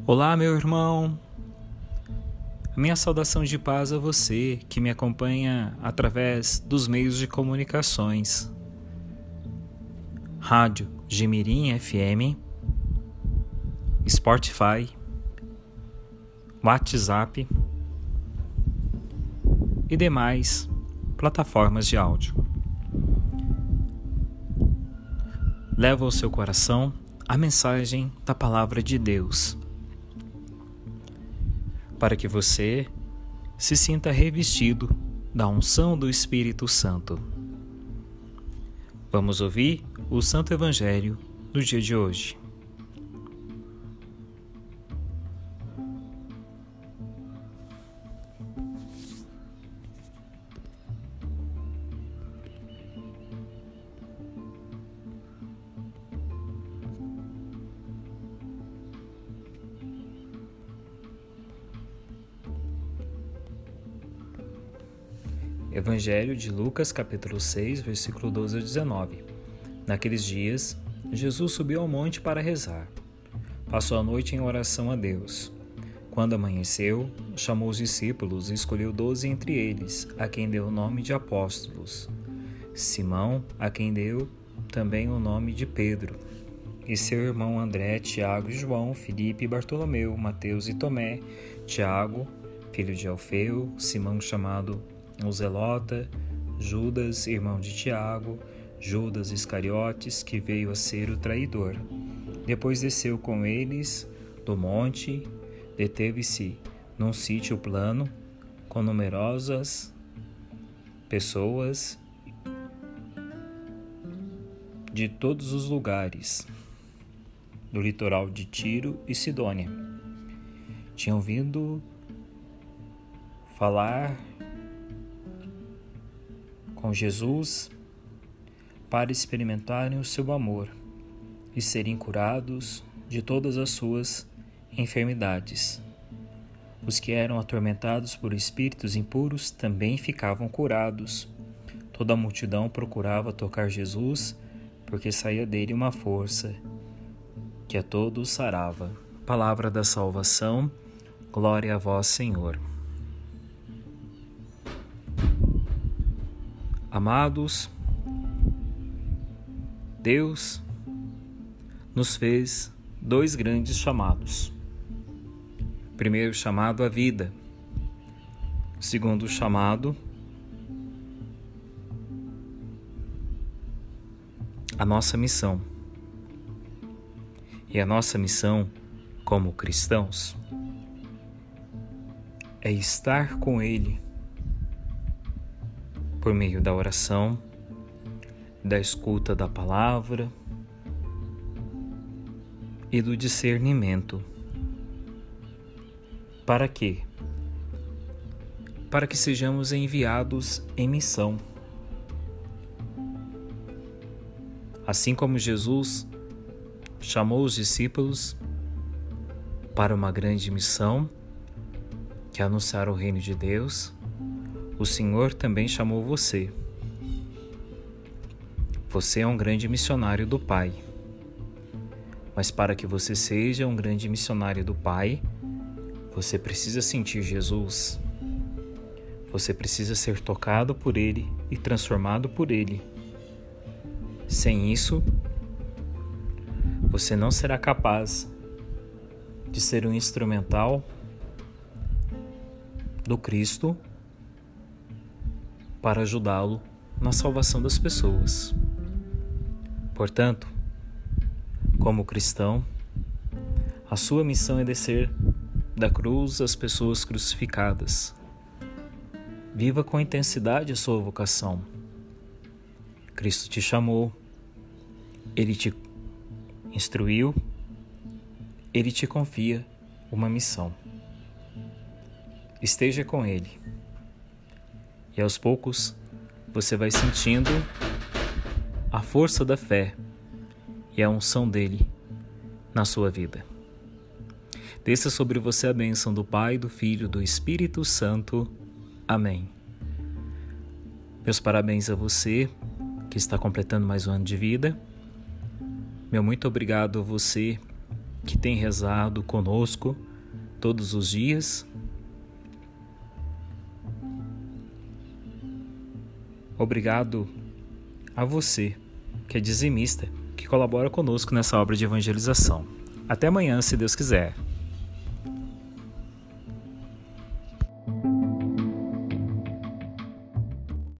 Olá, meu irmão. A minha saudação de paz a você que me acompanha através dos meios de comunicações. Rádio Jimirim FM, Spotify, WhatsApp e demais plataformas de áudio. Leva ao seu coração a mensagem da Palavra de Deus, para que você se sinta revestido da unção do Espírito Santo. Vamos ouvir o Santo Evangelho do dia de hoje. Evangelho de Lucas, capítulo 6, versículo 12 a 19. Naqueles dias, Jesus subiu ao monte para rezar. Passou a noite em oração a Deus. Quando amanheceu, chamou os discípulos e escolheu 12 entre eles, a quem deu o nome de apóstolos. Simão, a quem deu também o nome de Pedro, e seu irmão André, Tiago e João, Filipe e Bartolomeu, Mateus e Tomé, Tiago, filho de Alfeu, Simão chamado o Zelota, Judas, irmão de Tiago, Judas Iscariotes, que veio a ser o traidor. Depois desceu com eles do monte, deteve-se num sítio plano, com numerosas pessoas de todos os lugares do litoral de Tiro e Sidônia. Tinham vindo falar com Jesus para experimentarem o seu amor e serem curados de todas as suas enfermidades. Os que eram atormentados por espíritos impuros também ficavam curados. Toda a multidão procurava tocar Jesus, porque saía dele uma força que a todos sarava. Palavra da salvação, glória a vós, Senhor. Amados, Deus nos fez dois grandes chamados. Primeiro chamado à vida, segundo chamado à nossa missão. E a nossa missão como cristãos é estar com Ele por meio da oração, da escuta da palavra e do discernimento. Para quê? Para que sejamos enviados em missão. Assim como Jesus chamou os discípulos para uma grande missão, que é anunciar o reino de Deus, o Senhor também chamou você. Você é um grande missionário do Pai. Mas para que você seja um grande missionário do Pai, você precisa sentir Jesus. Você precisa ser tocado por Ele e transformado por Ele. Sem isso, você não será capaz de ser um instrumental do Cristo para ajudá-lo na salvação das pessoas. Portanto, como cristão, a sua missão é descer da cruz às pessoas crucificadas. Viva com intensidade a sua vocação. Cristo te chamou, Ele te instruiu, Ele te confia uma missão. Esteja com Ele. E aos poucos você vai sentindo a força da fé e a unção dele na sua vida. Desça sobre você a bênção do Pai, do Filho e do Espírito Santo. Amém. Meus parabéns a você que está completando mais um ano de vida. Meu muito obrigado a você que tem rezado conosco todos os dias. Obrigado a você, que é dizimista, que colabora conosco nessa obra de evangelização. Até amanhã, se Deus quiser.